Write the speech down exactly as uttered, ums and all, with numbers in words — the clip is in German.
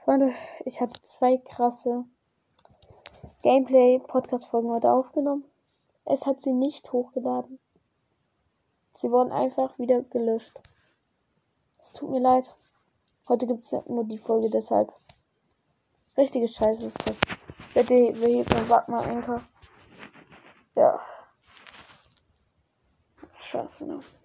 Freunde, ich hatte zwei krasse Gameplay-Podcast-Folgen heute aufgenommen. Es hat sie nicht hochgeladen. Sie wurden einfach wieder gelöscht. Es tut mir leid. Heute gibt es nur die Folge, deshalb. Richtige Scheiße ist das. Bitte hebt und wagt mal Anker. Ja. Scheiße, ne?